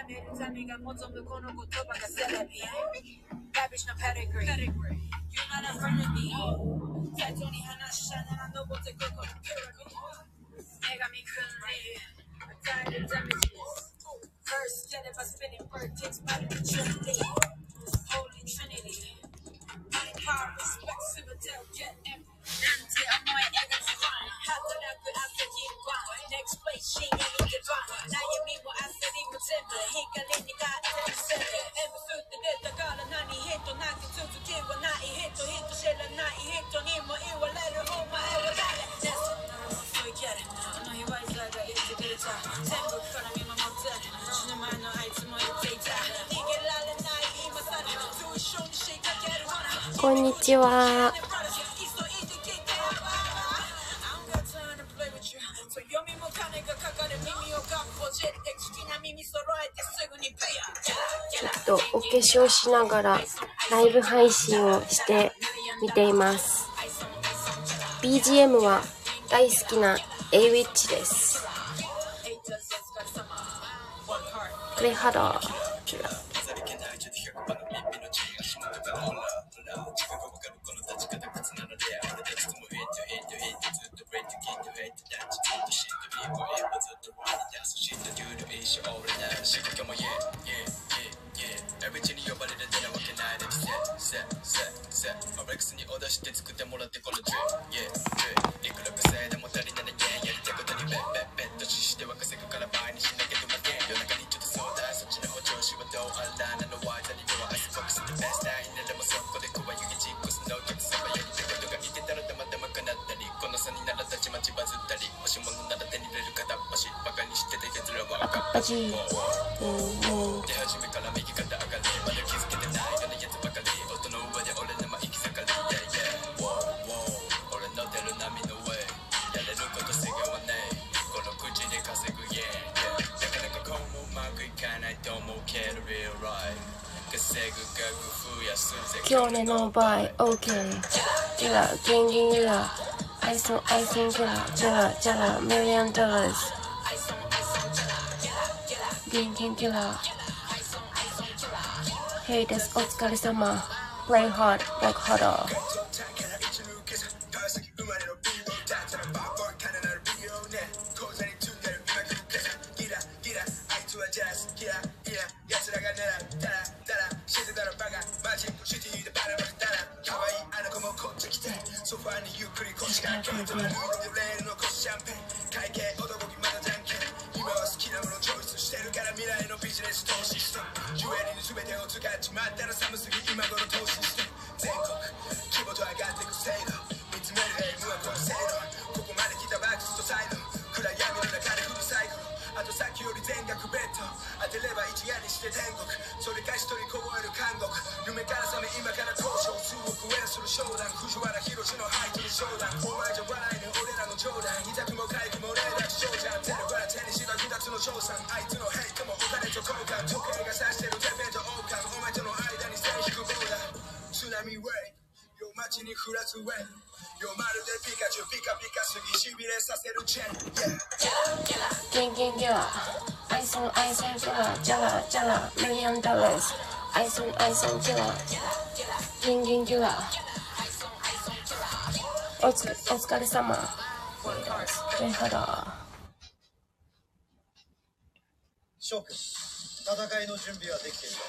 こんにちは。ちょっとお化粧しながらライブ配信をしてみています。BGM は大好きな A-Witch です。Play harder。今日ねの場合 OK ギラギンギンギラアイスンギラジャラジャラミリオンドラーズギンギンギラヘイですお疲れ様 Play hard like harderギンギンギラアイスンギラジャラジャラミリオンドラーズアイスンギラギンギンギラお疲れ様Play harder 翔くん、戦いの準備はできているか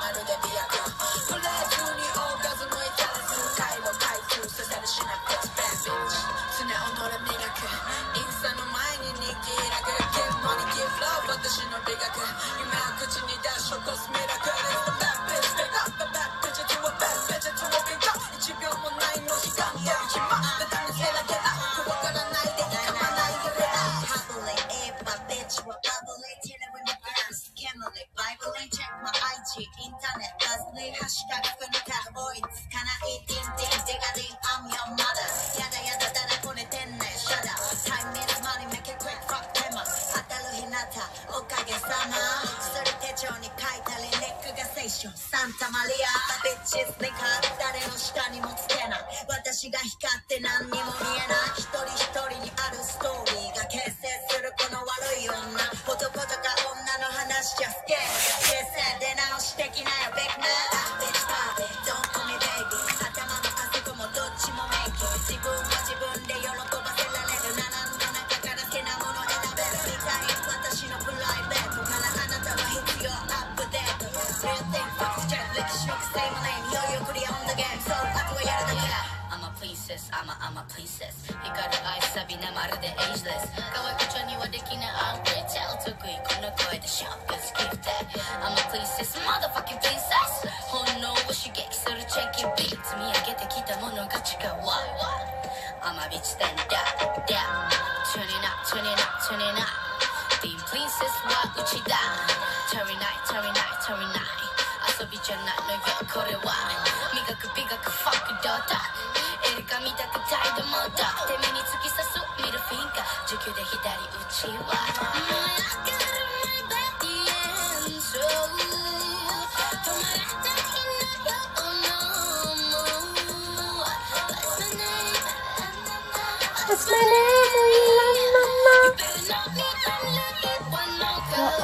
まるで美薬プレー中にオーガズムいたら数回も回数させるしなくてバッビッチ常己磨くインスタの前に日記楽 Give money give love 私の美学夢は口に出し起こすミラクル It's the bad bitch Pick up the bad bitch to a bad bitch to a big top 1秒もないの時間やる気まだダメヘラヘラわからないでかまないよレラBubbly if my bitch will bubbly till it with my girls Camely Bible check my IG インターネットハッシュタグのタグ追いつかないディンディンデガディン I'm your mother やだやだだらこねてんねんシャダ Time is money make it quick fuck them up 当たる日向おかげさまそれ手帳に書いたりネックがセッションサンタマリア Bitches にか誰の下にもつけない私が光って何にも見えない一人一人にあるストーリーが形成するこの悪い女男とか女の話じゃスケールが形成出直し的なよ Big man Bitch party Don't call me baby 頭もあそこもどっちもメイキ自分は自分で喜ばせられる並んだ中から好きなもの選べるみたい私のプライベートならあなたは必要アップデート Real thing fuck check 歴史のくせもねいよいよクリア on the game So あとはやるだけだI'm a princess, I'm a princess 光る愛さびなまるで ageless 可愛くちゃんにはできない I'm great tell 得意この声でショックスギフテ I'm a princess, motherfucking princess 本能を刺激するチェキビーツ見上げてきたものが違う I'm a bitch stand up, down Turn it up, turn it up, turn it up Being princess はうちだ Turn it night, turn it night, turn it night 遊びじゃないのよこれは磨く美学 fuck daughter 映画見たくたいと思ったてめに突き刺すミルフィンガー19で左打ちは I got my body and soul 止まらないのよ no What's my name? What's my name? You better not be unlucky one more call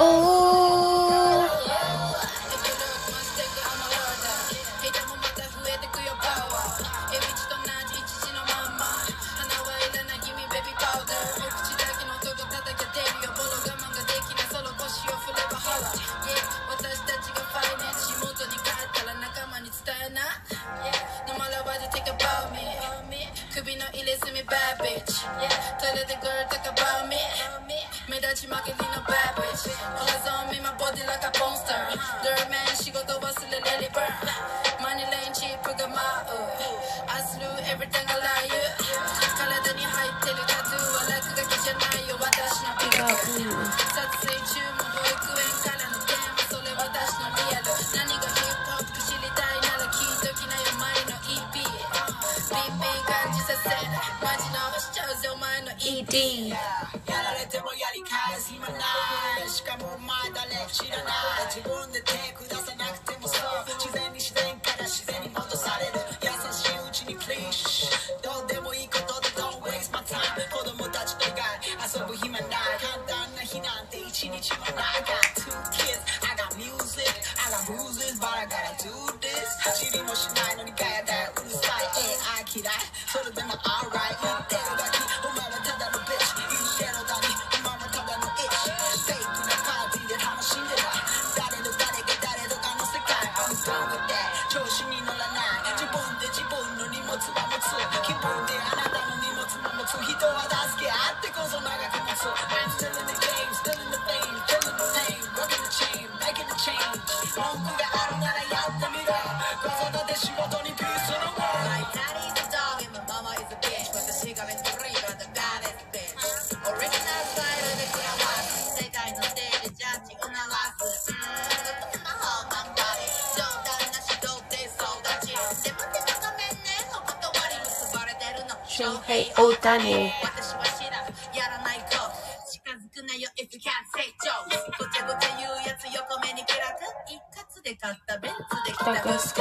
Oh If you look much thicker I'm a murder ヘタもまた増えてくよパワーエビチと同じ一時のまんま花はいらない君ベビーパウダーお口だけの音が叩けてるよボロ我慢ができないその腰を振ればハワー Yeah 私たちがファイナンス仕事に帰ったら仲間に伝えな Yeah No matter what you think about me 首の入れ墨 bad bitch Yeah トイレで girl talk about me 目立ち負けりの bad bitch All eyes on me my body like a porn star Dirt man 仕事忘れレリバーマニレインチップが舞う I slew everything I lie you 体に入ってるタトゥーは落書きじゃないよ私の美学撮影中も保育園からの電話それ私のリアル何がヒップホップ知りたいなら聞いときなよ前の EP ビンビン感じさせマジ直しちゃうぜお前の ED やられてもやり返す暇ないしかもお前誰知らない自分で手下さなくてもそう自然から自然に戻される優しいうちに please どうでもいいことで don't waste my time 子供たちと以外遊ぶ暇ない簡単な日なんて一日もない I got 2 kids I got music I got bruises but I gotta do this 知りもしないのにガヤガヤうるさい AI 嫌いそれでも alright 言ってるだけお前はただの bitch インシェロだにお前はただの itch フェイクなパーティーで楽しんでない誰の誰が誰とかの世界 I'm done with that 調子に乗らない自分で自分の荷物は持つ気分であなたの荷物も持つ人は助け合ってこそ長く持つ I'm still in the game still in the fame feeling the pain rocking the chain making the change 文句があるならやってみろ子育て仕事にピースの My daddy's a dog and my mama is a bitch 私がメントリーが the baddest bitch オリジナルスタイルで食らわす世界のステージジャッジを鳴らすどんな方頑張り冗談なし童貞総立ちでも手がごめんねお断り結ばれてるの翔平大谷私は知らんやらない子近づくなよ if you can't say Joe ごちゃごちゃ言うやつ横目に嫌く一括で買ったベンツで来た帰宅スク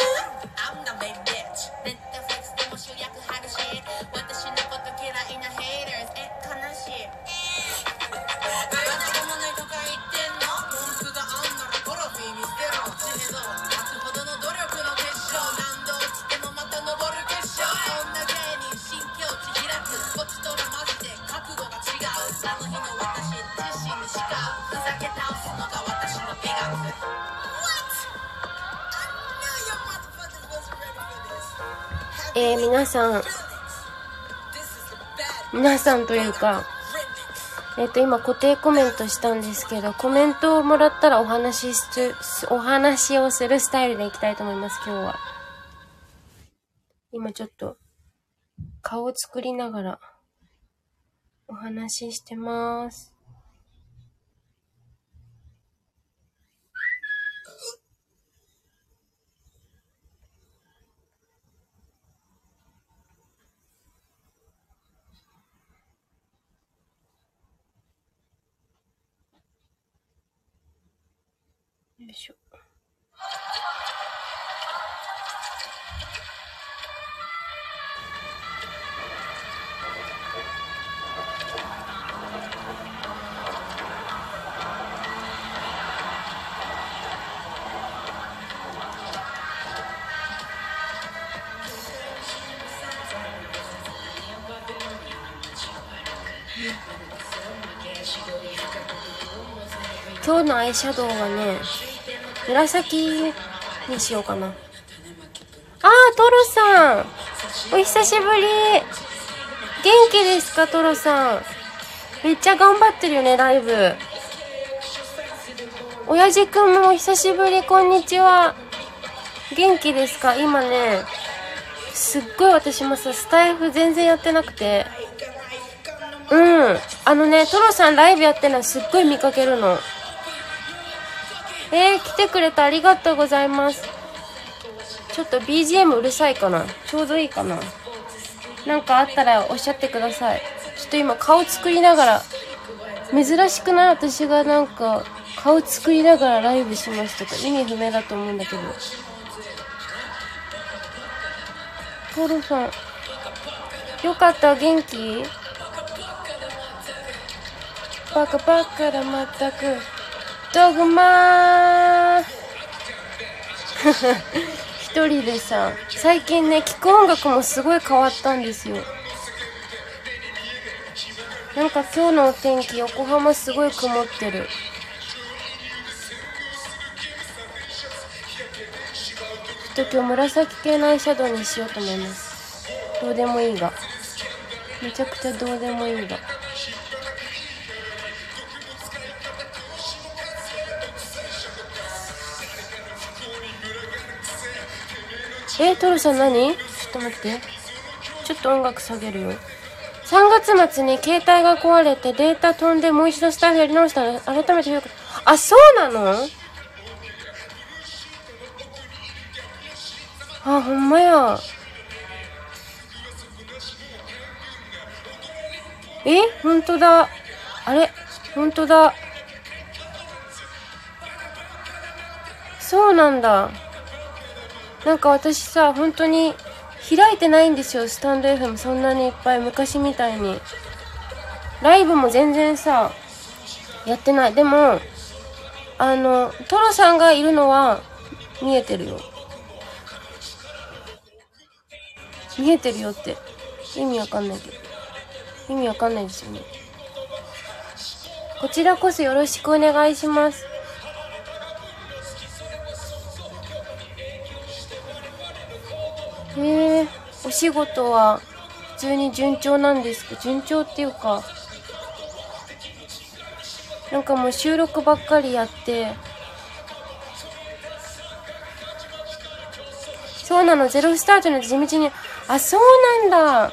I'm the main bitch ネットフリックスでも主役張るし私のこと嫌いな haters 悲しいあなたもないとか言ってんの文句があんならトロフィー見捨てろ知名度待つほどの努力の結晶何度落ちてもまた登る決勝女芸人新境地開くこっちとらマジで覚悟が違うあの日の私自身にしかふざけ倒すのが私の美学 What? 皆さんというか、今固定コメントしたんですけど、コメントをもらったらお話をするスタイルでいきたいと思います、今日は。今ちょっと顔を作りながらお話ししてます。よいしょ。今日のアイシャドウはね、紫にしようかな。トロさん、お久しぶり。元気ですか、トロさん。めっちゃ頑張ってるよね、ライブ。親父くんもお久しぶり、こんにちは。元気ですか？今ね、すっごい私もさ、スタイフ全然やってなくて。トロさんライブやってるのすっごい見かけるの。来てくれてありがとうございます。ちょっと BGM うるさいかな？ちょうどいいかな？なんかあったらおっしゃってください。ちょっと今顔作りながら、珍しくない？私がなんか顔作りながらライブしますとか意味不明だと思うんだけど。トロさん、よかった、元気？バカバカだまったく。ドグマー一人でさ、最近ね、聴く音楽もすごい変わったんですよ。なんか今日のお天気、横浜すごい曇ってる。ちょっと今日紫系のアイシャドウにしようと思います。どうでもいいが。めちゃくちゃどうでもいいが。トロさん何？ちょっと待って。ちょっと音楽下げるよ。3月末に携帯が壊れてデータ飛んでもう一度スタイルやり直したら改めて評価。あ、そうなの？あ、ほんまや。ほんとだ。あれ？ほんとだ。そうなんだ。なんか私さ、本当に開いてないんですよ、スタンド FM そんなにいっぱい、昔みたいに。ライブも全然さ、やってない。でも、トロさんがいるのは見えてるよ。見えてるよって。意味わかんないけど。意味わかんないですよね。こちらこそよろしくお願いします。お仕事は普通に順調なんですけど、順調っていうか、なんかもう収録ばっかりやって、そうなの、ゼロスタートの地道に、あ、そうなんだ。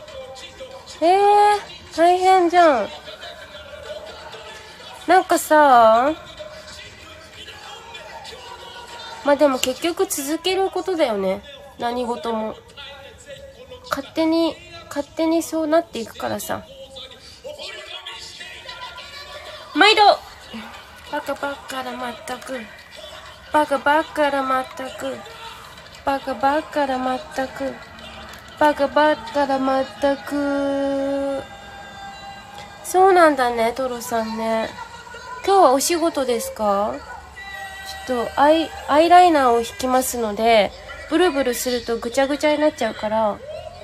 大変じゃん。なんかさ、まあでも結局続けることだよね。何事も。勝手にそうなっていくからさ。毎度バカバカだまったく。バカバカだまったく。バカバカだまったく。バカバカだまったく。そうなんだね、トロさんね。今日はお仕事ですか？ちょっとアイライナーを引きますので、ブルブルするとぐちゃぐちゃになっちゃうから。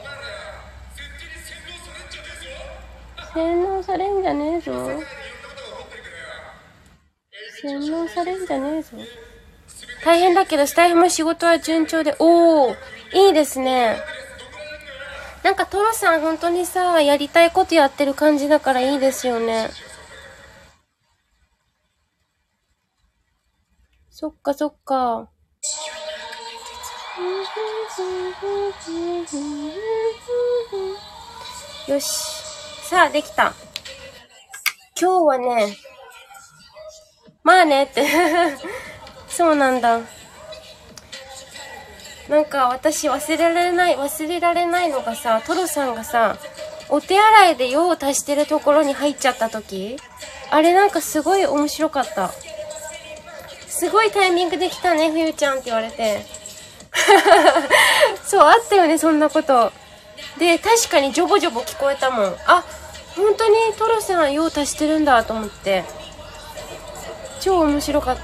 洗脳されんじゃねえぞ。洗脳されんじゃねえぞ。大変だけどスタイフも仕事は順調で、いいですね。 なんかトロさん本当にさ、やりたいことやってる感じだからいいですよね。そっかそっか。よし。さあ、できた。今日はね、まあねって。そうなんだ。なんか私忘れられないのがさ、トロさんがさ、お手洗いで用を足してるところに入っちゃった時、あれなんかすごい面白かった。すごいタイミングで来たね、冬ちゃんって言われて。そう、あったよね、そんなこと。で、確かにジョボジョボ聞こえたもん。あ、本当にトロさん用足してるんだと思って。超面白かった。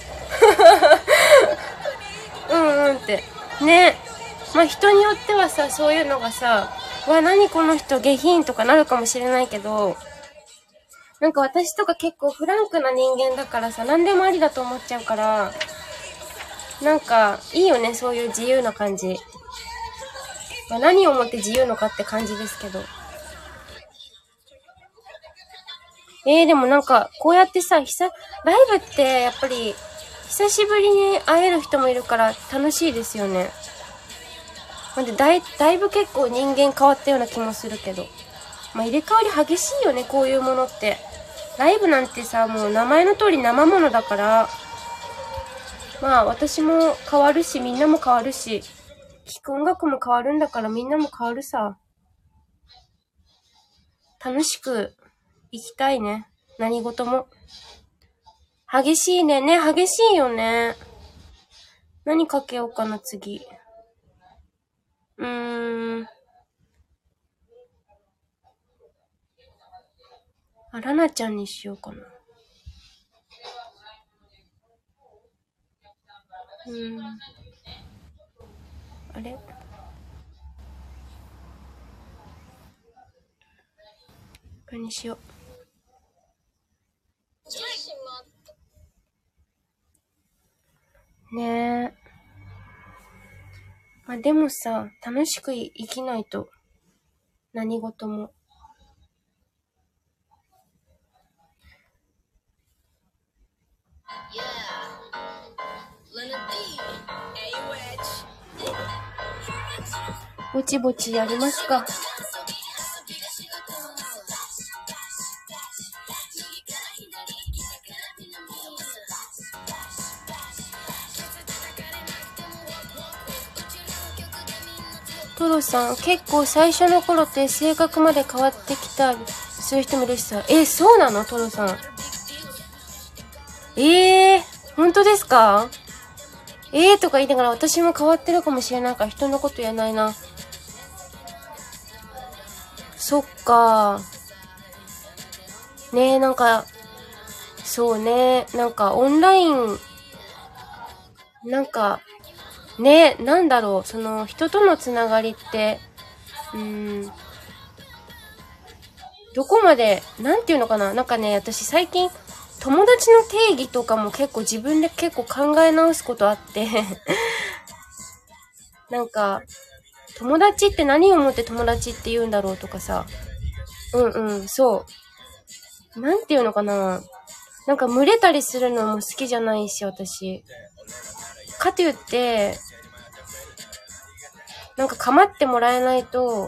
うんって。ね。まあ、人によってはさ、そういうのがさ、わ、何この人下品とかなるかもしれないけど、なんか私とか結構フランクな人間だからさ、何でもありだと思っちゃうから、なんか、いいよね、そういう自由な感じ。まあ、何をもって自由のかって感じですけど。でもなんか、こうやってさ、ライブってやっぱり、久しぶりに会える人もいるから楽しいですよね。なんでだいぶ結構人間変わったような気もするけど。まあ、入れ替わり激しいよね、こういうものって。ライブなんてさ、もう名前の通り生ものだから、まあ私も変わるし、みんなも変わるし、聴く音楽も変わるんだからみんなも変わるさ。楽しく生きたいね。何事も。激しいね。激しいよね。何かけようかな、次。ラナちゃんにしようかな。あれ？これにしよう。ねえ。まあでもさ、楽しく生きないと。何事も。ぼちぼちやりますか。トロさん、結構最初の頃って性格まで変わってきたりする人もいるしさ。そうなのトロさん。本当ですか？とか言いながら私も変わってるかもしれないから人のこと言えないな。そっか。ねえ、なんか、そうね、なんかオンライン、なんか、ね、なんだろう、その人とのつながりって、どこまで、なんていうのかな、なんかね、私最近、友達の定義とかも結構自分で結構考え直すことあってなんか、友達って何をもって友達って言うんだろうとかさ。そう。なんていうのかな。なんか群れたりするのも好きじゃないし、私。かといって、なんか構ってもらえないと、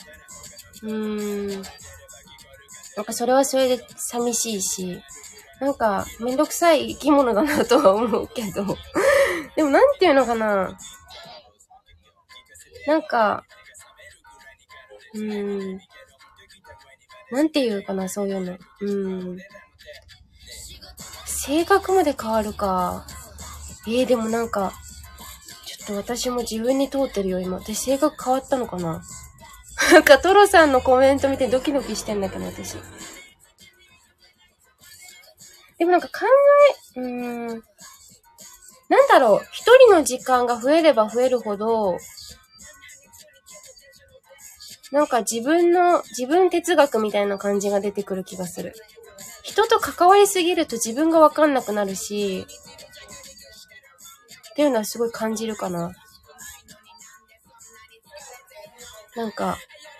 なんかそれはそれで寂しいし、なんかめんどくさい生き物だなとは思うけど。でもなんていうのかな。なんか、なんていうかな、そういうの。性格まで変わるか。でもなんか、ちょっと私も自分に通ってるよ、今。私性格変わったのかな。なんかトロさんのコメント見てドキドキしてんだけど、私。でもなんかなんだろう、一人の時間が増えれば増えるほど、なんか自分哲学みたいな感じが出てくる気がする。人と関わりすぎると自分がわかんなくなるし、っていうのはすごい感じるかな。 なんか、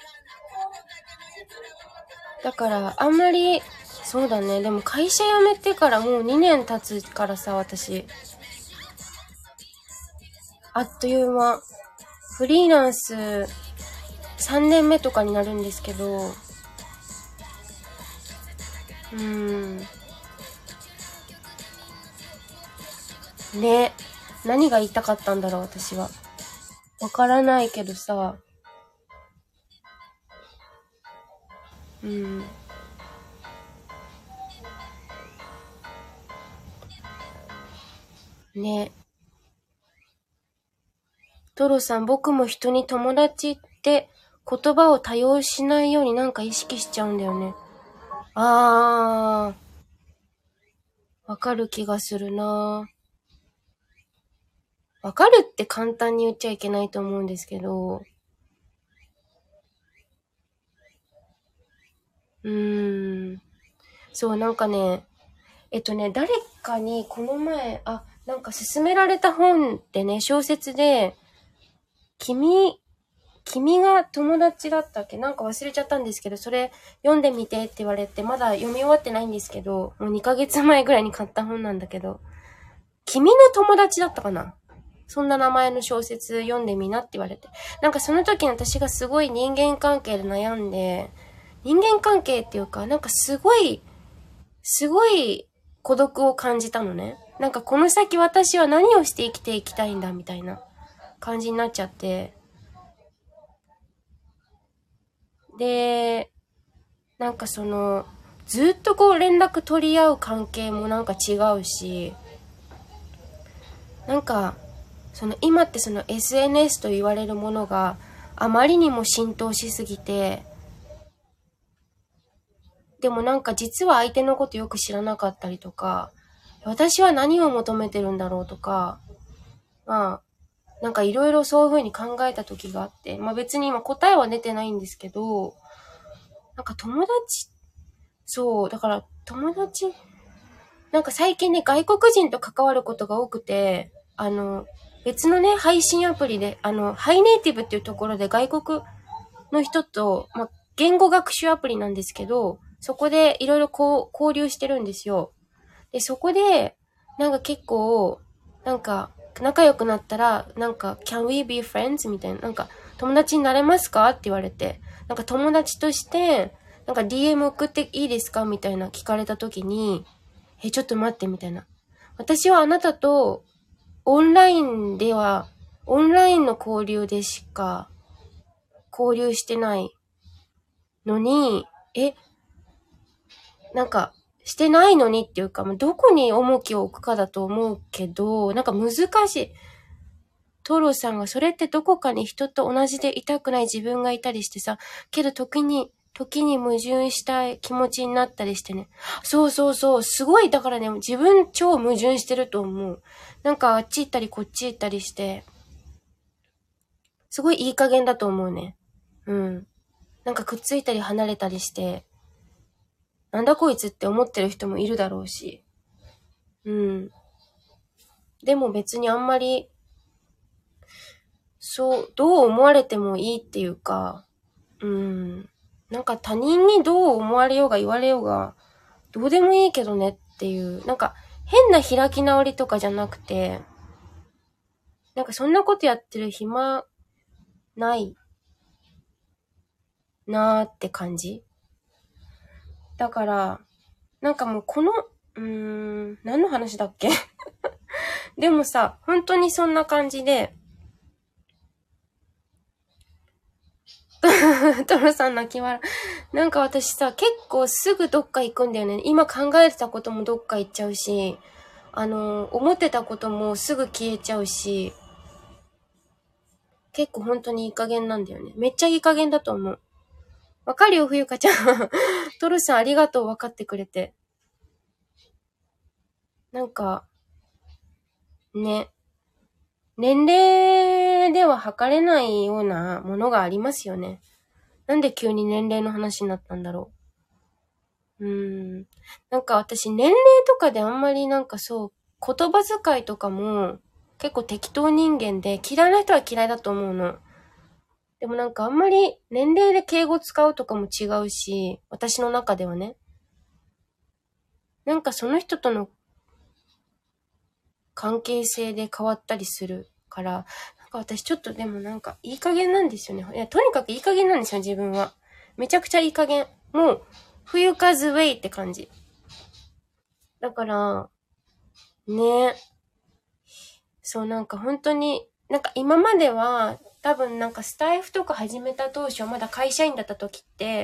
だからあんまり、そうだね。でも会社辞めてからもう2年経つからさ、私。あっという間。フリーランス3年目とかになるんですけど、ね。何が言いたかったんだろう、私は。わからないけどさ。ね。トロさん、僕も人に友達って言葉を多用しないようになんか意識しちゃうんだよね。わかる気がするな。わかるって簡単に言っちゃいけないと思うんですけど、そう、なんかね、誰かにこの前、なんか勧められた本でね、小説で、君が友達だったっけ？なんか忘れちゃったんですけど、それ読んでみてって言われて、まだ読み終わってないんですけど、もう2ヶ月前ぐらいに買った本なんだけど、君の友達だったかな？そんな名前の小説読んでみなって言われて。なんかその時に私がすごい人間関係で悩んで、人間関係っていうか、なんかすごい孤独を感じたのね。なんかこの先私は何をして生きていきたいんだみたいな感じになっちゃって。で、なんかずっとこう連絡取り合う関係もなんか違うし、なんか、今ってSNS と言われるものがあまりにも浸透しすぎて、でもなんか実は相手のことよく知らなかったりとか、私は何を求めてるんだろうとか、なんかいろいろそういう風に考えた時があって、別に今答えは出てないんですけど、なんかだから友達、なんか最近ね、外国人と関わることが多くて、別のね、配信アプリで、ハイネイティブっていうところで外国の人と、言語学習アプリなんですけど、そこでいろいろ交流してるんですよ。で、そこで、なんか結構、なんか、仲良くなったら、なんか、can we be friends? みたいな、なんか、友達になれますかって言われて、なんか友達として、なんか DM 送っていいですかみたいな聞かれた時に、ちょっと待ってみたいな。私はあなたとオンラインの交流でしか交流してないのに、なんかしてないのにっていうか、どこに重きを置くかだと思うけど、なんか難しい。トロさんがそれってどこかに人と同じでいたくない自分がいたりしてさ、けど時に矛盾したい気持ちになったりしてね。そう。すごい、だからね、自分超矛盾してると思う。なんかあっち行ったりこっち行ったりして、すごいいい加減だと思うね。なんかくっついたり離れたりして、なんだこいつって思ってる人もいるだろうし。でも別にあんまり、どう思われてもいいっていうか、なんか他人にどう思われようが言われようが、どうでもいいけどねっていう、なんか変な開き直りとかじゃなくて、なんかそんなことやってる暇ないなーって感じ。だから、なんかもう何の話だっけでもさ、本当にそんな感じで、トロさん泣き笑い。なんか私さ、結構すぐどっか行くんだよね。今考えてたこともどっか行っちゃうし、思ってたこともすぐ消えちゃうし、結構本当にいい加減なんだよね。めっちゃいい加減だと思う。わかるよ、冬香ちゃん。トロさんありがとう、わかってくれて。なんか、ね。年齢では測れないようなものがありますよね。なんで急に年齢の話になったんだろう。なんか私年齢とかであんまりなんか言葉遣いとかも結構適当人間で嫌いな人は嫌いだと思うの。 でもなんかあんまり年齢で敬語使うとかも違うし、私の中ではね。なんかその人との関係性で変わったりするから、なんか私ちょっとでもなんかいい加減なんですよね。いや、とにかくいい加減なんですよ、自分は。めちゃくちゃいい加減。もう、冬風ウェイって感じ。だから、ね。そうなんか本当に、なんか今までは、多分なんかスタイフとか始めた当初、まだ会社員だった時って、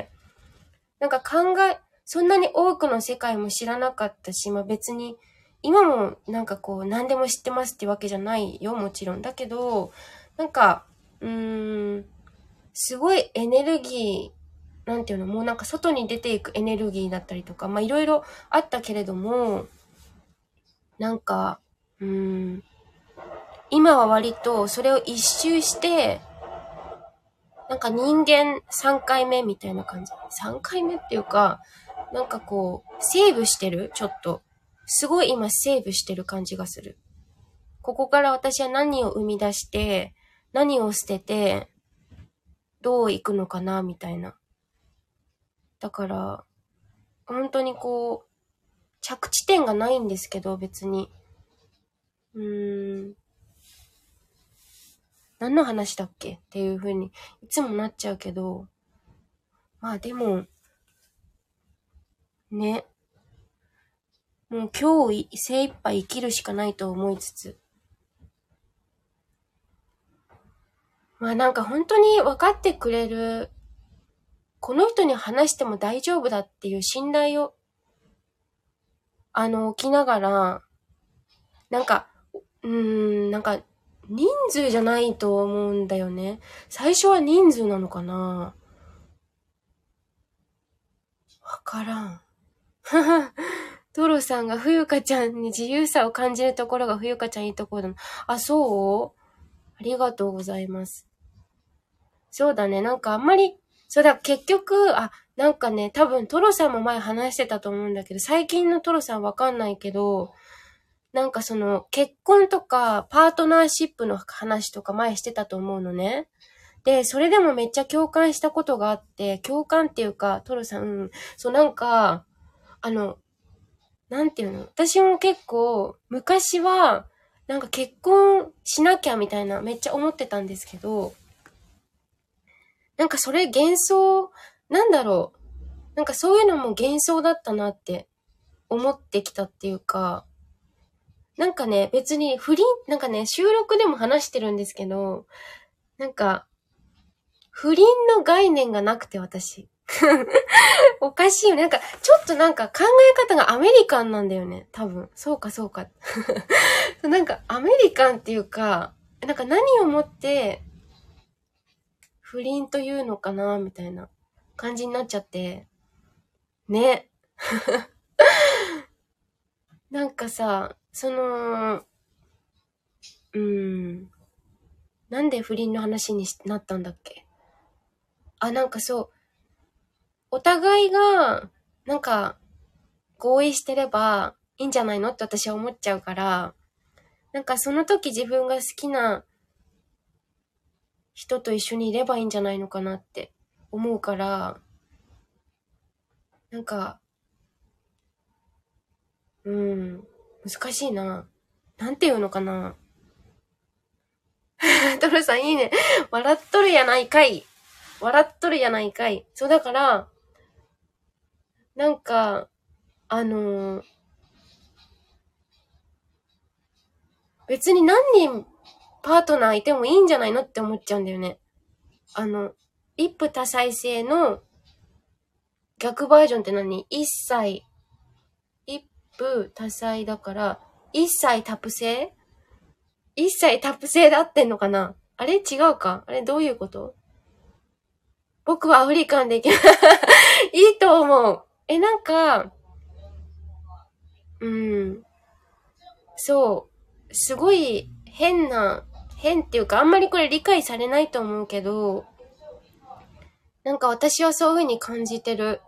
なんかそんなに多くの世界も知らなかったし、まあ別に、今もなんかこう何でも知ってますってわけじゃないよ、もちろん。だけど、なんか、すごいエネルギー、なんていうの、もうなんか外に出ていくエネルギーだったりとか、まあいろいろあったけれども、なんか、今は割とそれを一周して、なんか人間3回目みたいな感じ。3回目っていうか、なんかこう、セーブしてるちょっと。すごい今セーブしてる感じがする。ここから私は何を生み出して、何を捨てて、どう行くのかな、みたいな。だから、本当にこう、着地点がないんですけど、別に。何の話だっけっていう風に、いつもなっちゃうけど、まあでも、ね。もう今日精一杯生きるしかないと思いつつ。まあなんか本当に分かってくれる、この人に話しても大丈夫だっていう信頼を、置きながら、なんか、なんか、人数じゃないと思うんだよね。最初は人数なのかな？わからん。トロさんが冬香ちゃんに自由さを感じるところが冬香ちゃんいいところだな。あ、そう？ありがとうございます。そうだね。なんかあんまり、そうだ、結局、なんかね、多分トロさんも前話してたと思うんだけど、最近のトロさんわかんないけど、なんかその、結婚とか、パートナーシップの話とか前してたと思うのね。で、それでもめっちゃ共感したことがあって、共感っていうか、トロさん、そうなんか、なんていうの？私も結構、昔は、なんか結婚しなきゃみたいな、めっちゃ思ってたんですけど、なんかそれ幻想、なんだろう。なんかそういうのも幻想だったなって思ってきたっていうか、なんかね、別になんかね、収録でも話してるんですけど、なんか、不倫の概念がなくて私。おかしいよね。なんか、ちょっとなんか考え方がアメリカンなんだよね。多分。そうかそうか。なんかアメリカンっていうか、なんか何をもって不倫というのかなみたいな感じになっちゃって。ね。なんかさ、なんで不倫の話になったんだっけ？なんかそう、お互いが、なんか、合意してればいいんじゃないのって私は思っちゃうから、なんかその時自分が好きな人と一緒にいればいいんじゃないのかなって思うから、なんか、難しいな。なんて言うのかな。トルさんいいね。笑っとるやないかい。笑っとるやないかい。そうだから、なんか、別に何人パートナーいてもいいんじゃないのって思っちゃうんだよね。一夫多妻制の逆バージョンって何？一夫多妻だから、一妻多夫制？一妻多夫制で合ってんのかな？あれ違うか？あれどういうこと？僕はアフリカンでいけない。いいと思う。なんか、そう、すごい変っていうか、あんまりこれ理解されないと思うけど、なんか私はそういう風に感じてる。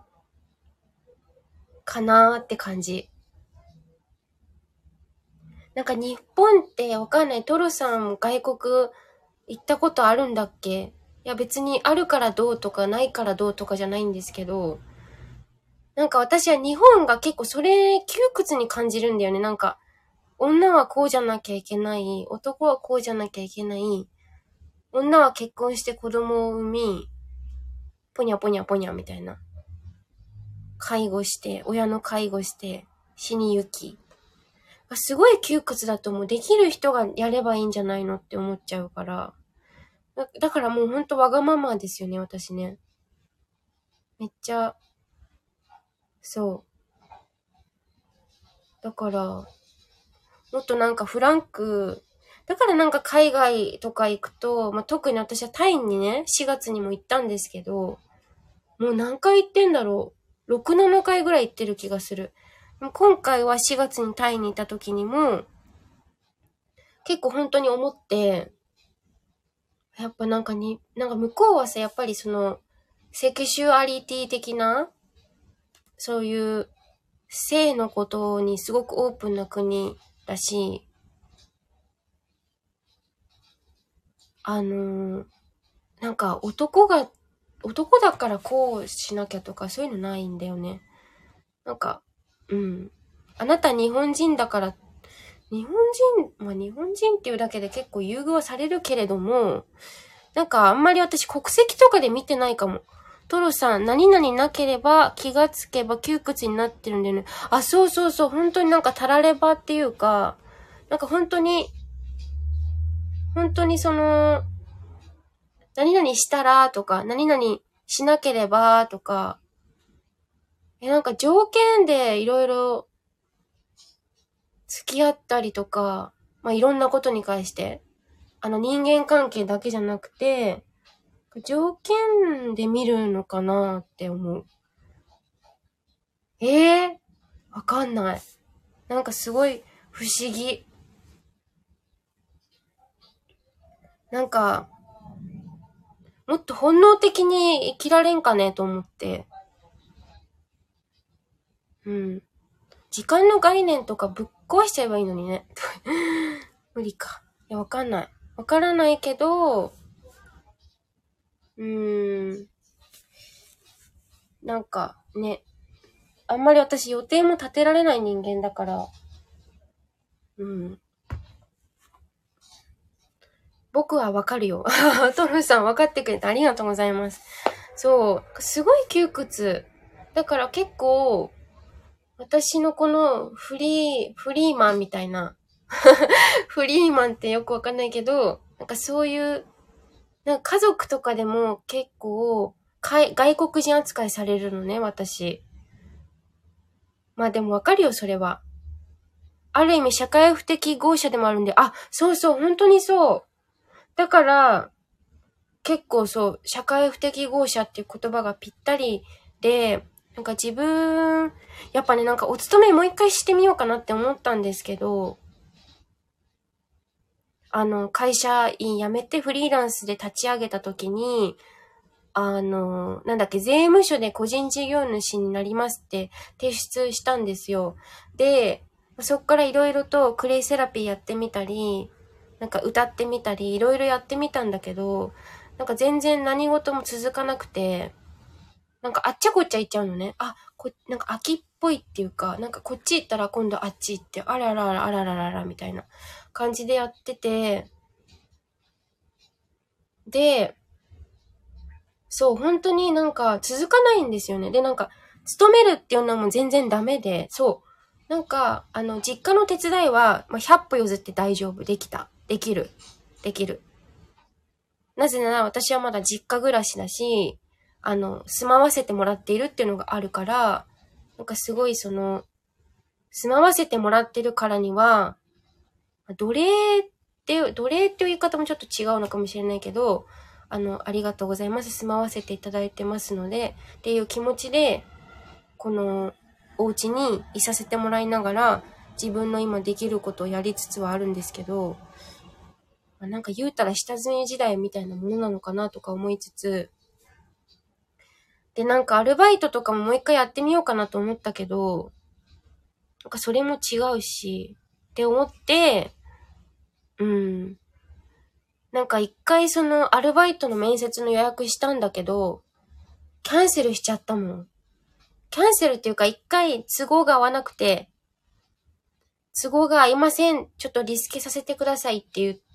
かなーって感じ。 なんか日本ってわかんない。トロさんも外国行ったことあるんだっけ？いや別にあるからどうとかないからどうとかじゃないんですけど、なんか私は日本が結構それ窮屈に感じるんだよね。なんか女はこうじゃなきゃいけない。男はこうじゃなきゃいけない。女は結婚して子供を産み、ぽにゃぽにゃぽにゃみたいな。介護して、親の介護して、死に行き。すごい窮屈だと思う。できる人がやればいいんじゃないのって思っちゃうから。だからもうほんとわがままですよね、私ね。めっちゃ、そう。だから、もっとなんかフランク、だからなんか海外とか行くと、特に私はタイにね、4月にも行ったんですけど、もう何回行ってんだろう。6、7回ぐらい行ってる気がする。今回は4月にタイにいた時にも、結構本当に思って、やっぱなんか向こうはさ、やっぱりその、セクシュアリティ的な、そういう性のことにすごくオープンな国だし、なんか男だからこうしなきゃとかそういうのないんだよね。なんか、あなた日本人だから、日本人っていうだけで結構優遇はされるけれども、なんかあんまり私国籍とかで見てないかも。トロさん、何々なければ気がつけば窮屈になってるんだよね。あ、そうそうそう、本当になんかたらればっていうか、なんか本当にその、何々したらとか、何々しなければとか、なんか条件でいろいろ付き合ったりとか、いろんなことに関して、人間関係だけじゃなくて、条件で見るのかなって思う。わかんない。なんかすごい不思議。なんか、もっと本能的に生きられんかねと思って。時間の概念とかぶっ壊しちゃえばいいのにね。無理か。いや、わかんない。わからないけど、なんかね、あんまり私予定も立てられない人間だから、僕はわかるよ。トルさんわかってくれてありがとうございます。そう、すごい窮屈。だから結構、私のこのフリーマンみたいな、フリーマンってよくわかんないけど、なんかそういう、なんか家族とかでも結構、外国人扱いされるのね、私。でもわかるよ、それは。ある意味社会不適合者でもあるんで、そうそう、本当にそう。だから、結構そう、社会不適合者っていう言葉がぴったりで、なんか自分、やっぱね、なんかお勤めもう一回してみようかなって思ったんですけど、会社員辞めてフリーランスで立ち上げた時に、税務署で個人事業主になりますって提出したんですよ。で、そっからいろいろとクレイセラピーやってみたり、なんか歌ってみたり、いろいろやってみたんだけど、なんか全然何事も続かなくて、なんかあっちゃこっちゃ行っちゃうのね。なんか秋っぽいっていうか、なんかこっち行ったら今度あっち行って、あらららあららららみたいな感じでやってて、で、そう、本当になんか続かないんですよね。で、なんか、勤めるっていうのも全然ダメで、そう。なんか、実家の手伝いは、100歩譲って大丈夫。できる。なぜなら私はまだ実家暮らしだし、住まわせてもらっているっていうのがあるから、なんかすごい住まわせてもらってるからには、奴隷っていう言い方もちょっと違うのかもしれないけど、ありがとうございます。住まわせていただいてますので、っていう気持ちで、このお家にいさせてもらいながら、自分の今できることをやりつつはあるんですけど、なんか言うたら下積み時代みたいなものなのかなとか思いつつ、で、なんかアルバイトとかももう一回やってみようかなと思ったけど、なんかそれも違うし、 って思って、なんか一回そのアルバイトの面接の予約したんだけど、キャンセルしちゃったもん。キャンセルっていうか一回都合が合わなくて、都合が合いません。ちょっとリスケさせてくださいって言って、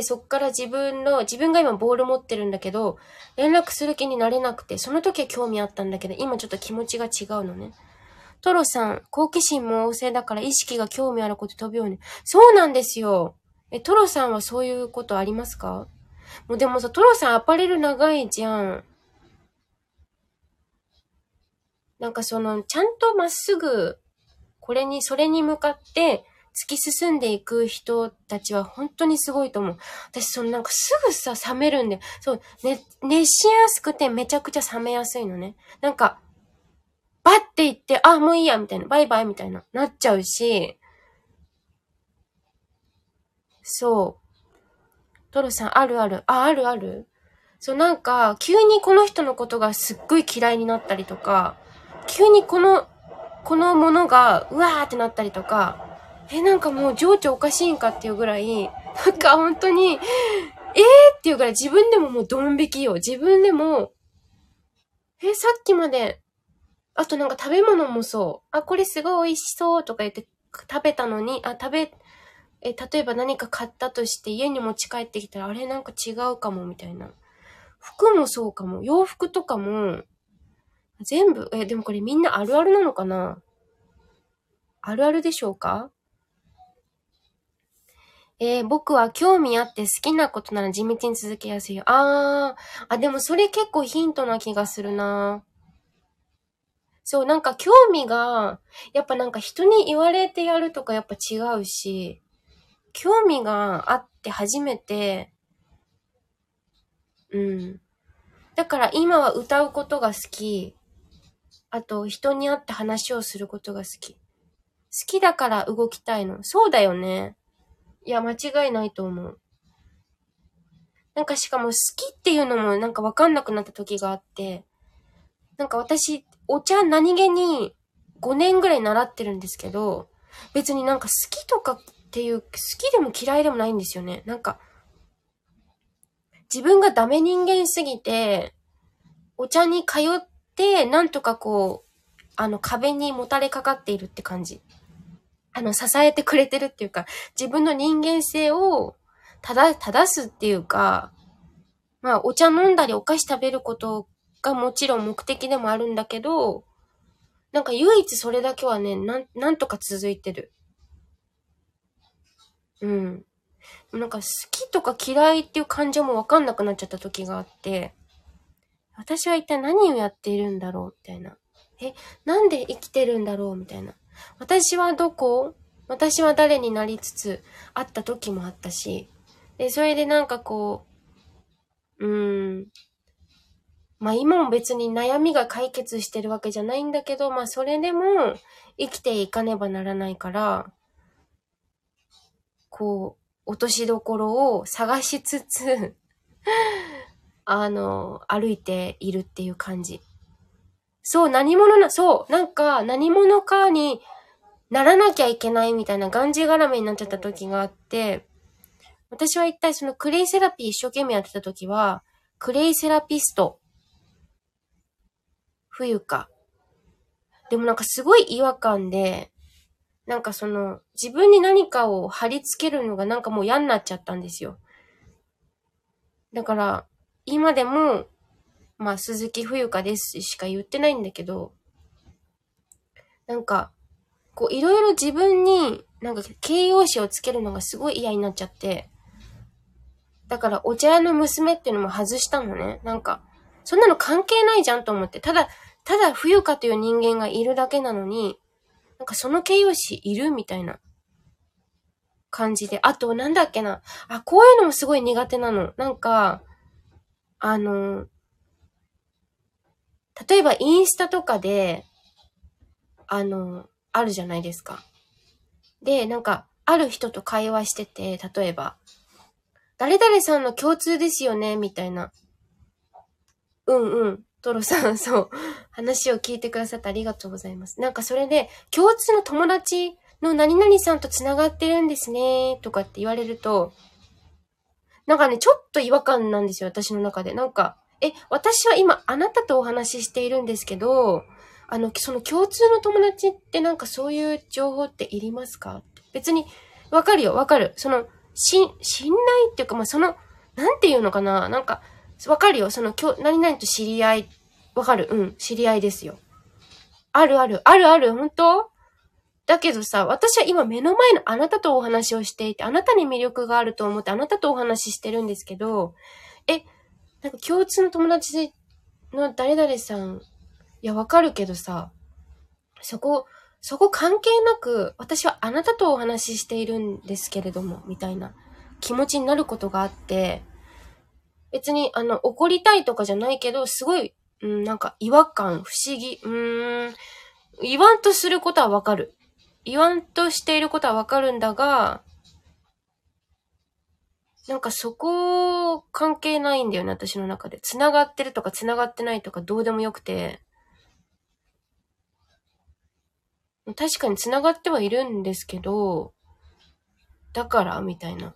そっから自分が今ボール持ってるんだけど、連絡する気になれなくて、その時は興味あったんだけど、今ちょっと気持ちが違うのね。トロさん、好奇心も旺盛だから意識が興味あること飛ぶよね。そうなんですよ。トロさんはそういうことありますか？もうでもさ、トロさんアパレル長いじゃん。なんかその、ちゃんとまっすぐ、それに向かって突き進んでいく人たちは本当にすごいと思う。私なんかすぐさ、冷めるんで、そう、熱しやすくてめちゃくちゃ冷めやすいのね。なんか、バッて言って、あ、もういいや、みたいな、バイバイ、みたいな、なっちゃうし、そう。トロさん、あるある。あるある。そう、なんか、急にこの人のことがすっごい嫌いになったりとか、急にこのものが、うわーってなったりとか、なんかもう情緒おかしいんかっていうぐらい、なんか本当に、っていうぐらい自分でももうドン引きよ。自分でも、さっきまで、あとなんか食べ物もそう。あ、これすごい美味しそうとか言って食べたのに、例えば何か買ったとして家に持ち帰ってきたら、あれなんか違うかもみたいな。服もそうかも。洋服とかも、全部、でもこれみんなあるあるなのかな？あるあるでしょうか？僕は興味あって好きなことなら地道に続けやすいよ。でもそれ結構ヒントな気がするな。そう、なんか興味が、やっぱなんか人に言われてやるとかやっぱ違うし、興味があって初めて、だから今は歌うことが好き。あと人に会って話をすることが好き。好きだから動きたいの。そうだよね。いや、間違いないと思う。なんかしかも好きっていうのもなんかわかんなくなった時があって、なんか私、お茶何気に5年ぐらい習ってるんですけど、別になんか好きとかっていう、好きでも嫌いでもないんですよね。なんか、自分がダメ人間すぎて、お茶に通って、なんとか壁にもたれかかっているって感じ。支えてくれてるっていうか、自分の人間性を正すっていうか、まあ、お茶飲んだりお菓子食べることがもちろん目的でもあるんだけど、なんか唯一それだけはね、なんとか続いてる。なんか好きとか嫌いっていう感情もわかんなくなっちゃった時があって、私は一体何をやっているんだろうみたいな。なんで生きてるんだろうみたいな。私はどこ？私は誰になりつつあった時もあったし、で、それでなんかまあ今も別に悩みが解決してるわけじゃないんだけど、まあそれでも生きていかねばならないから、落としどころを探しつつ、歩いているっていう感じ。そう、なんか何者かにならなきゃいけないみたいながんじがらめになっちゃった時があって、私は一体そのクレイセラピー一生懸命やってた時は、クレイセラピスト、冬か。でもなんかすごい違和感で、なんか自分に何かを貼り付けるのがなんかもう嫌になっちゃったんですよ。だから、今でも、まあ、鈴木冬香ですしか言ってないんだけど、なんか、いろいろ自分になんか形容詞をつけるのがすごい嫌になっちゃって、だからお茶屋の娘っていうのも外したのね。なんか、そんなの関係ないじゃんと思って、ただ冬香という人間がいるだけなのに、なんかその形容詞いるみたいな感じで。あと、なんだっけな。こういうのもすごい苦手なの。なんか、例えばインスタとかで、あるじゃないですか。で、なんか、ある人と会話してて、例えば、誰々さんの共通ですよねみたいな。トロさん、そう。話を聞いてくださってありがとうございます。なんかそれで、共通の友達の何々さんと繋がってるんですね、とかって言われると、なんかね、ちょっと違和感なんですよ、私の中で。なんか、私は今あなたとお話ししているんですけど、その共通の友達ってなんかそういう情報っていりますか？別に、わかるよ、わかる。その、信頼っていうか、まあ、その、なんていうのかな、なんか、わかるよ、その、何々と知り合い、わかる、うん、知り合いですよ。あるある、あるある、本当？だけどさ、私は今目の前のあなたとお話をしていて、あなたに魅力があると思ってあなたとお話ししてるんですけど、なんか共通の友達の誰々さん、いや、わかるけどさ、そこ関係なく、私はあなたとお話ししているんですけれども、みたいな気持ちになることがあって、別に、怒りたいとかじゃないけど、すごい、なんか違和感、不思議、言わんとすることはわかる。言わんとしていることはわかるんだが、なんかそこ関係ないんだよね、私の中で。繋がってるとか繋がってないとかどうでもよくて。確かに繋がってはいるんですけど、だからみたいな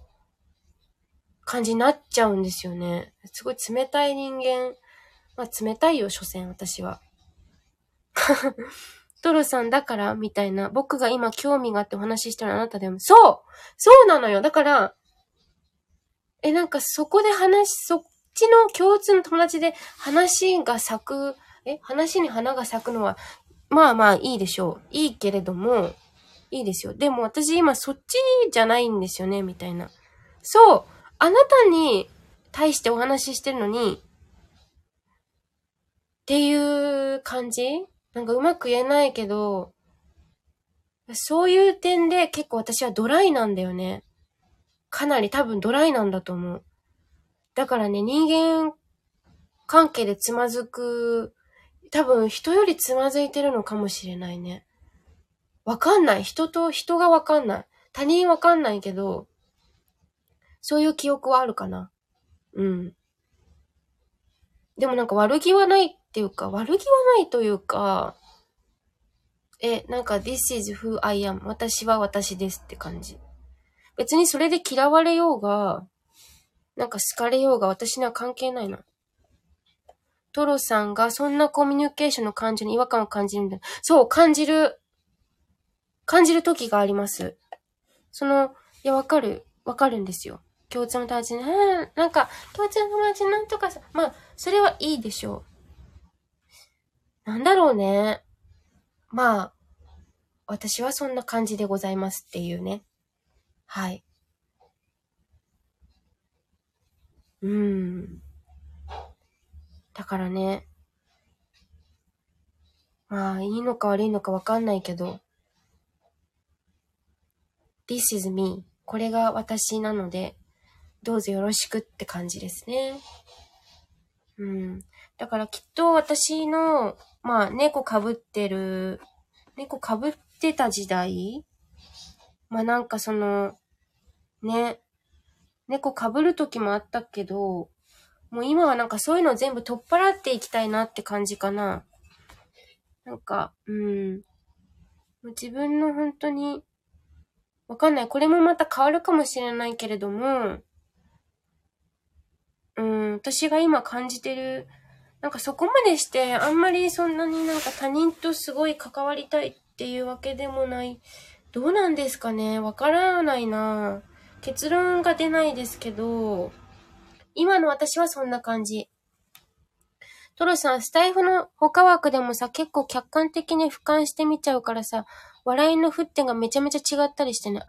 感じになっちゃうんですよね。すごい冷たい人間。まあ冷たいよ、所詮私は。トロさんだからみたいな。僕が今興味があってお話ししてるあなたでも。そうなのよ。だから、なんかそこでそっちの共通の友達で話が咲く、話に花が咲くのは、まあまあいいでしょう。いいけれども、いいですよ。でも私今そっちじゃないんですよね、みたいな。そう。あなたに対してお話ししてるのに、っていう感じ？なんかうまく言えないけど、そういう点で結構私はドライなんだよね。かなり多分ドライなんだと思う。だからね、人間関係でつまずく、多分人よりつまずいてるのかもしれないね。わかんない。人がわかんない。他人わかんないけど、そういう記憶はあるかな。うん。でもなんか悪気はないっていうか、なんか This is who I am. 私は私ですって感じ。別にそれで嫌われようが、なんか好かれようが私には関係ないな。トロさんがそんなコミュニケーションの感じに違和感を感じるんだ。そう、感じる時があります。わかるんですよ。共通の友達に、なんか、共通の友達なんとかさ、まあ、それはいいでしょう。なんだろうね。まあ、私はそんな感じでございますっていうね。はい。だからね。まあ、いいのか悪いのかわかんないけど、This is me. これが私なので、どうぞよろしくって感じですね。だからきっと私の、まあ、猫被ってた時代、まあなんか猫被る時もあったけど、もう今はなんかそういうのを全部取っ払っていきたいなって感じかな。なんか、自分の本当に、わかんない。これもまた変わるかもしれないけれども、私が今感じてる、なんかそこまでして、あんまりそんなになんか他人とすごい関わりたいっていうわけでもない。どうなんですかね？わからないな。結論が出ないですけど、今の私はそんな感じ。トロさん、スタイフの他枠でもさ、結構客観的に俯瞰してみちゃうからさ、笑いの沸点がめちゃめちゃ違ったりしてね。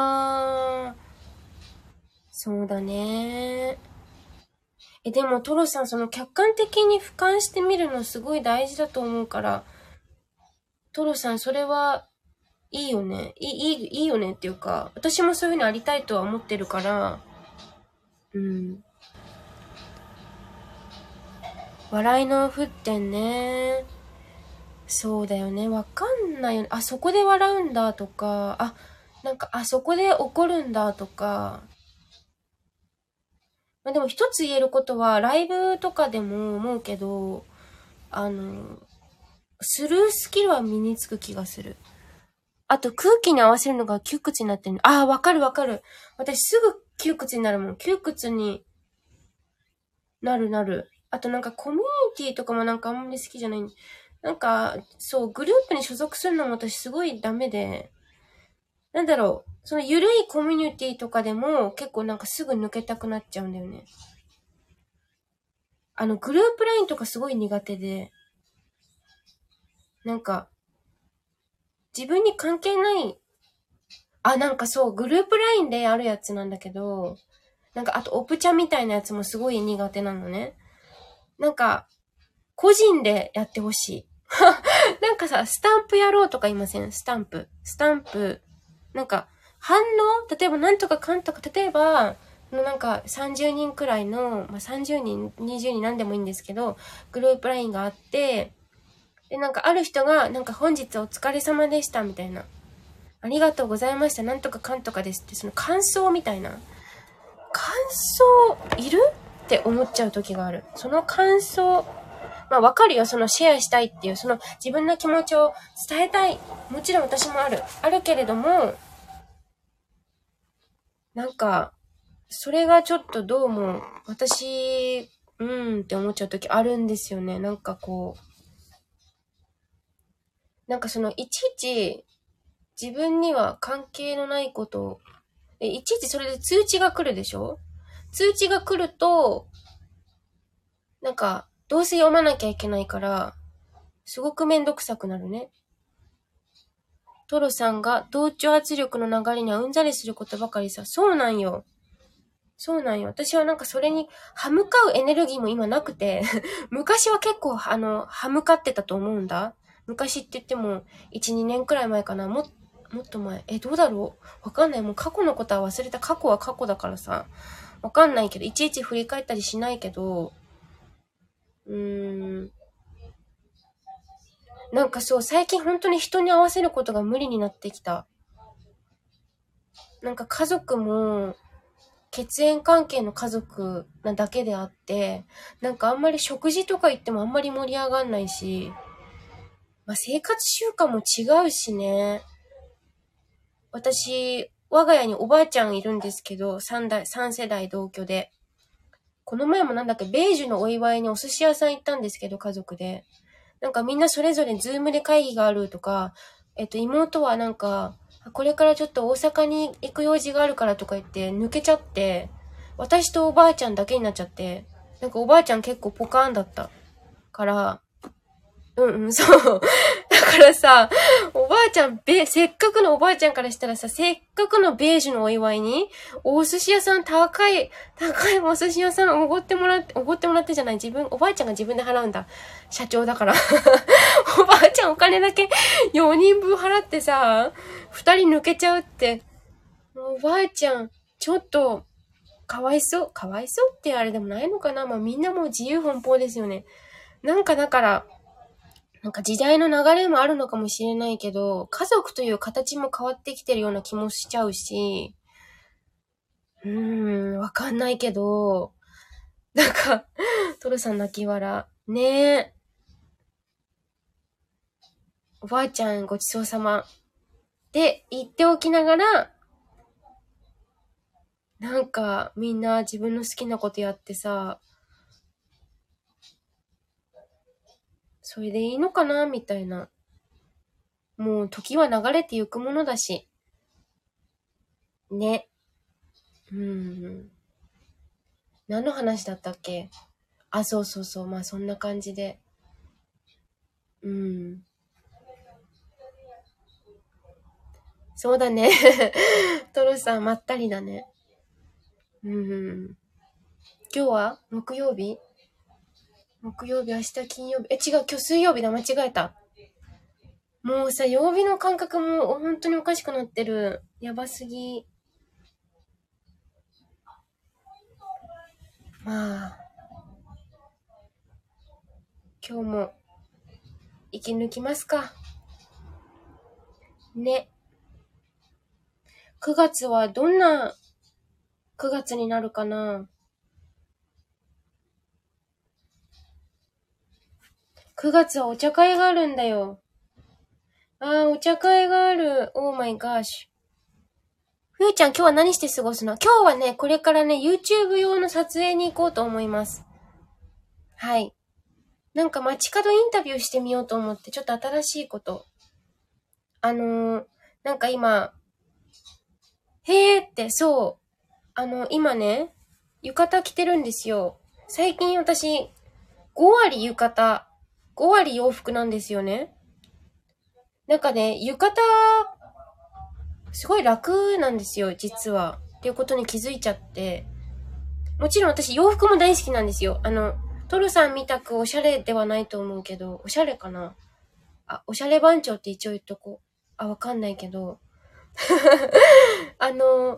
そうだね。でもトロさん、その客観的に俯瞰してみるのすごい大事だと思うから、トロさん、それはいいよね。いいよねっていうか、私もそういうのありたいとは思ってるから、笑いの沸点ね。そうだよね。わかんないよね。あ、そこで笑うんだとか、なんか、そこで怒るんだとか。まあ、でも一つ言えることは、ライブとかでも思うけど、スルースキルは身につく気がする。 あと空気に合わせるのが窮屈になってる。ああ、わかるわかる。私すぐ窮屈になるもん。窮屈になる。あとなんかコミュニティとかもなんかあんまり好きじゃない。なんか、そう、グループに所属するのも私すごいダメで、なんだろう、その緩いコミュニティとかでも結構なんかすぐ抜けたくなっちゃうんだよね。グループラインとかすごい苦手で、なんか、自分に関係ない、なんかそう、グループラインであるやつなんだけど、なんかあとオプチャみたいなやつもすごい苦手なのね。なんか、個人でやってほしい。なんかさ、スタンプやろうとか言いません？スタンプ。なんか、反応例えばなんとかかんとか、例えば、なんか30人くらいの、30人、20人なんでもいいんですけど、グループラインがあって、で、なんかある人が、なんか本日お疲れ様でしたみたいな。ありがとうございました。なんとかかんとかですって、その感想みたいな。感想、いるって思っちゃう時がある。その感想、わかるよ。そのシェアしたいっていう、その自分の気持ちを伝えたい。もちろん私もあるけれども、なんか、それがちょっとどうも、私、って思っちゃう時あるんですよね。なんかこう、なんかその、いちいち、自分には関係のないことを、いちいちそれで通知が来るでしょ？通知が来ると、なんか、どうせ読まなきゃいけないから、すごくめんどくさくなるね。トロさんが同調圧力の流れにはうんざりすることばかりさ。そうなんよ。私はなんかそれに歯向かうエネルギーも今なくて、昔は結構歯向かってたと思うんだ。昔って言っても、1、2年くらい前かな。もっと前。どうだろう？わかんない。もう過去のことは忘れた。過去は過去だからさ。わかんないけど、いちいち振り返ったりしないけど、なんかそう、最近本当に人に合わせることが無理になってきた。なんか家族も、血縁関係の家族なだけであって、なんかあんまり食事とか行ってもあんまり盛り上がんないし、生活習慣も違うしね。私、我が家におばあちゃんいるんですけど、3世代同居で。この前もなんだっけ、米寿のお祝いにお寿司屋さん行ったんですけど、家族で。なんかみんなそれぞれズームで会議があるとか、妹はなんか、これからちょっと大阪に行く用事があるからとか言って抜けちゃって、私とおばあちゃんだけになっちゃって、なんかおばあちゃん結構ポカーンだったから、そう。だからさ、おばあちゃん、せっかくのおばあちゃんからしたらさ、せっかくの米寿のお祝いに、お寿司屋さん、高いお寿司屋さんおごってもらってじゃない、おばあちゃんが自分で払うんだ。社長だから。おばあちゃんお金だけ4人分払ってさ、2人抜けちゃうって。おばあちゃん、ちょっと、かわいそうってあれでもないのかな。みんなもう自由奔放ですよね。なんかだから、なんか時代の流れもあるのかもしれないけど、家族という形も変わってきてるような気もしちゃうし、わかんないけど、なんか、トロさん泣き笑。ねえ。おばあちゃんごちそうさま。って言っておきながら、なんかみんな自分の好きなことやってさ、それでいいのかなみたいな。もう時は流れてゆくものだし。ね。何の話だったっけ？そうそう。そんな感じで。そうだね。トロさん、まったりだね。今日は木曜日、明日金曜日。違う、今日水曜日だ。間違えた。もうさ、曜日の感覚も本当におかしくなってる。やばすぎ。今日も生き抜きますか。ね。9月はどんな9月になるかな。9月はお茶会があるんだよ。 お茶会がある。オーマイガーシュ。ふーちゃん今日は何して過ごすの？今日はね、これからね、YouTube 用の撮影に行こうと思います。はい。なんか街角インタビューしてみようと思って、ちょっと新しいこと。なんか今、へーって、そう。今ね、浴衣着てるんですよ。最近私、5割浴衣、5割洋服なんですよね。なんかね、浴衣、すごい楽なんですよ、実は。っていうことに気づいちゃって。もちろん私洋服も大好きなんですよ。トルさんみたくおしゃれではないと思うけど、おしゃれかな？おしゃれ番長って一応言っとこう。わかんないけど。あの、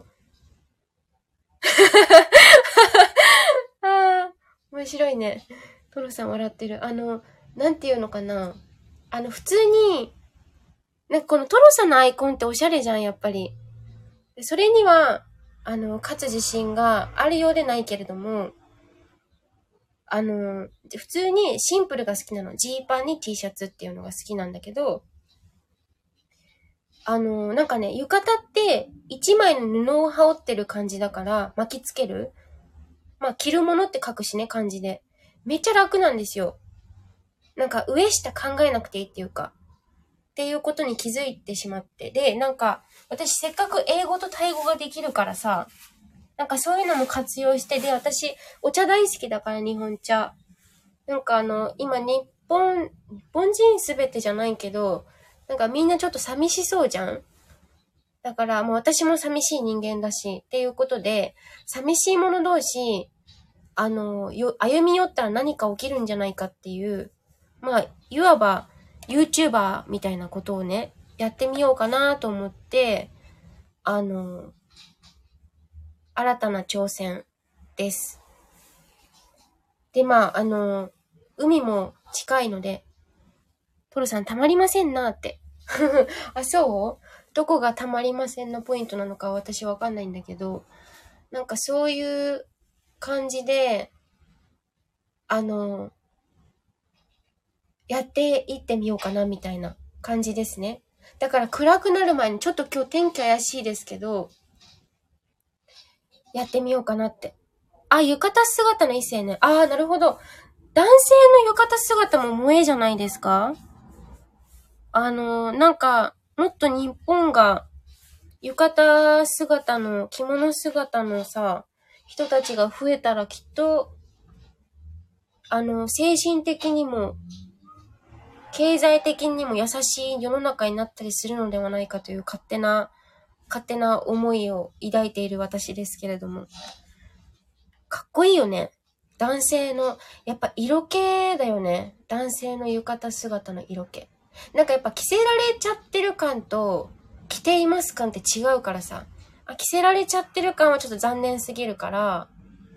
面白いね。トルさん笑ってる。なんていうのかな。普通に、なんかこのトロさんのアイコンっておしゃれじゃん、やっぱり。でそれには、勝つ自信があるようでないけれども、普通にシンプルが好きなの。ジーパンに T シャツっていうのが好きなんだけど、なんかね、浴衣って一枚の布を羽織ってる感じだから巻きつける。まあ、着るものって書くしね、漢字で。めっちゃ楽なんですよ。なんか上下考えなくていいっていうか、っていうことに気づいてしまって。で、なんか、私せっかく英語とタイ語ができるからさ、なんかそういうのも活用して、で、私、お茶大好きだから日本茶。なんか今日本人すべてじゃないけど、なんかみんなちょっと寂しそうじゃん？だからもう私も寂しい人間だし、っていうことで、寂しい者同士、歩み寄ったら何か起きるんじゃないかっていう、まあ、いわば YouTuber みたいなことをね、やってみようかなと思って、新たな挑戦です。で、まあ、海も近いので、トロさんたまりませんなって。そう？どこがたまりませんのポイントなのか私わかんないんだけど、なんかそういう感じで、やっていってみようかなみたいな感じですね。だから暗くなる前にちょっと今日天気怪しいですけど、やってみようかなって。浴衣姿の異性ね。なるほど。男性の浴衣姿も萌えじゃないですか？なんか、もっと日本が浴衣姿の、着物姿のさ、人たちが増えたらきっと、精神的にも、経済的にも優しい世の中になったりするのではないかという勝手な思いを抱いている私ですけれども。かっこいいよね。男性の、やっぱ色気だよね。男性の浴衣姿の色気。なんかやっぱ着せられちゃってる感と、着ています感って違うからさ。着せられちゃってる感はちょっと残念すぎるから、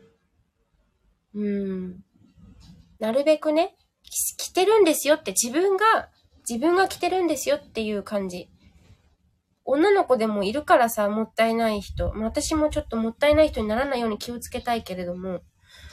なるべくね、着てるんですよって自分が着てるんですよっていう感じ。女の子でもいるからさ、もったいない人。私もちょっともったいない人にならないように気をつけたいけれども、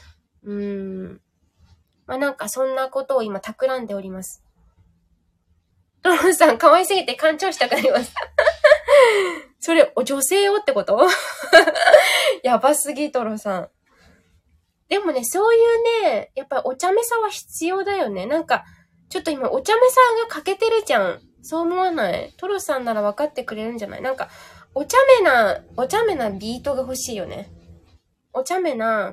なんかそんなことを今企んでおります。トロンさん可愛すぎて感情したくなります。それ、女性をってことやばすぎ、トロさん。でもね、そういうね、やっぱりお茶目さは必要だよね。なんか、ちょっと今お茶目さが欠けてるじゃん。そう思わない？トロさんなら分かってくれるんじゃない？なんか、お茶目なビートが欲しいよね。お茶目な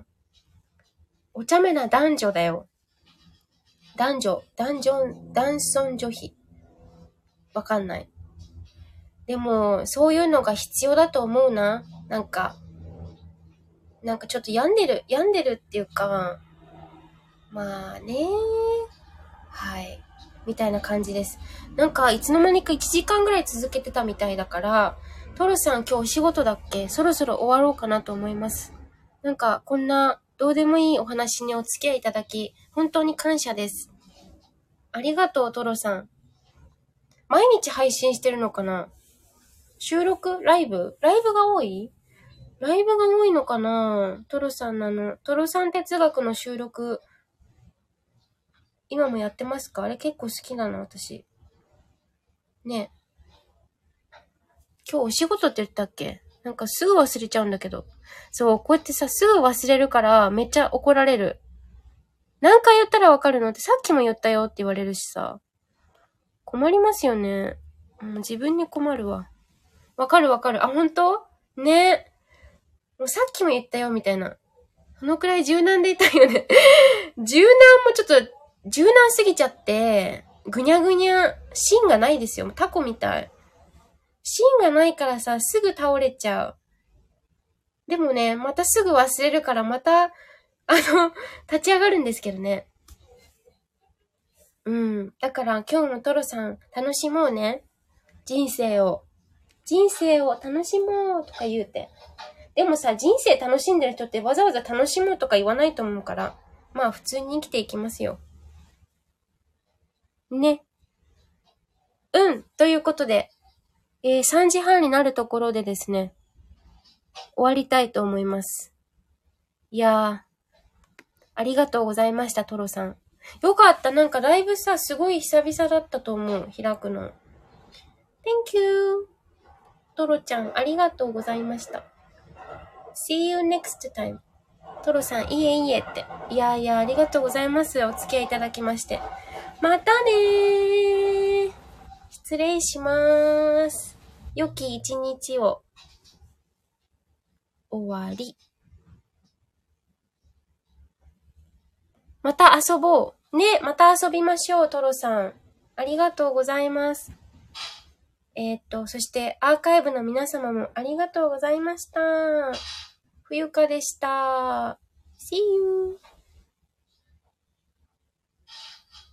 男女だよ。男尊女卑。わかんない。でも、そういうのが必要だと思うな。なんかちょっと病んでるっていうか、まあね。はい。みたいな感じです。なんか、いつの間にか1時間ぐらい続けてたみたいだから、トロさん今日お仕事だっけ？そろそろ終わろうかなと思います。なんか、こんな、どうでもいいお話にお付き合いいただき、本当に感謝です。ありがとう、トロさん。毎日配信してるのかな？収録？ライブが多い？ライブが多いのかな？トロさん哲学の収録、今もやってますか？あれ結構好きなの、私。 ね。今日お仕事って言ったっけ？なんかすぐ忘れちゃうんだけど。そう、こうやってさ、すぐ忘れるからめっちゃ怒られる。何回言ったらわかるのってさっきも言ったよって言われるしさ。困りますよね。自分に困るわ。わかる。あ、ほんと？ね。もうさっきも言ったよみたいな。そのくらい柔軟でいたいよね。柔軟もちょっと、柔軟すぎちゃって、ぐにゃぐにゃ、芯がないですよ。タコみたい。芯がないからさ、すぐ倒れちゃう。でもね、またすぐ忘れるから、また、立ち上がるんですけどね。だから今日のトロさん、楽しもうね。人生を楽しもうとか言うて。でもさ、人生楽しんでる人ってわざわざ楽しもうとか言わないと思うから、まあ普通に生きていきますよ。ね。ということで、3時半になるところでですね、終わりたいと思います。いやー、ありがとうございました、トロさん。よかった。なんかライブさ、すごい久々だったと思う。開くの。Thank you. トロちゃん、ありがとうございました。See you next time. トロさん、いえって。いや、ありがとうございます。お付き合いいただきまして。またねー。失礼しまーす。良き一日を。終わり。また遊ぼう。ね、また遊びましょう、トロさん。ありがとうございます。そしてアーカイブの皆様もありがとうございました。冬香でした。See you!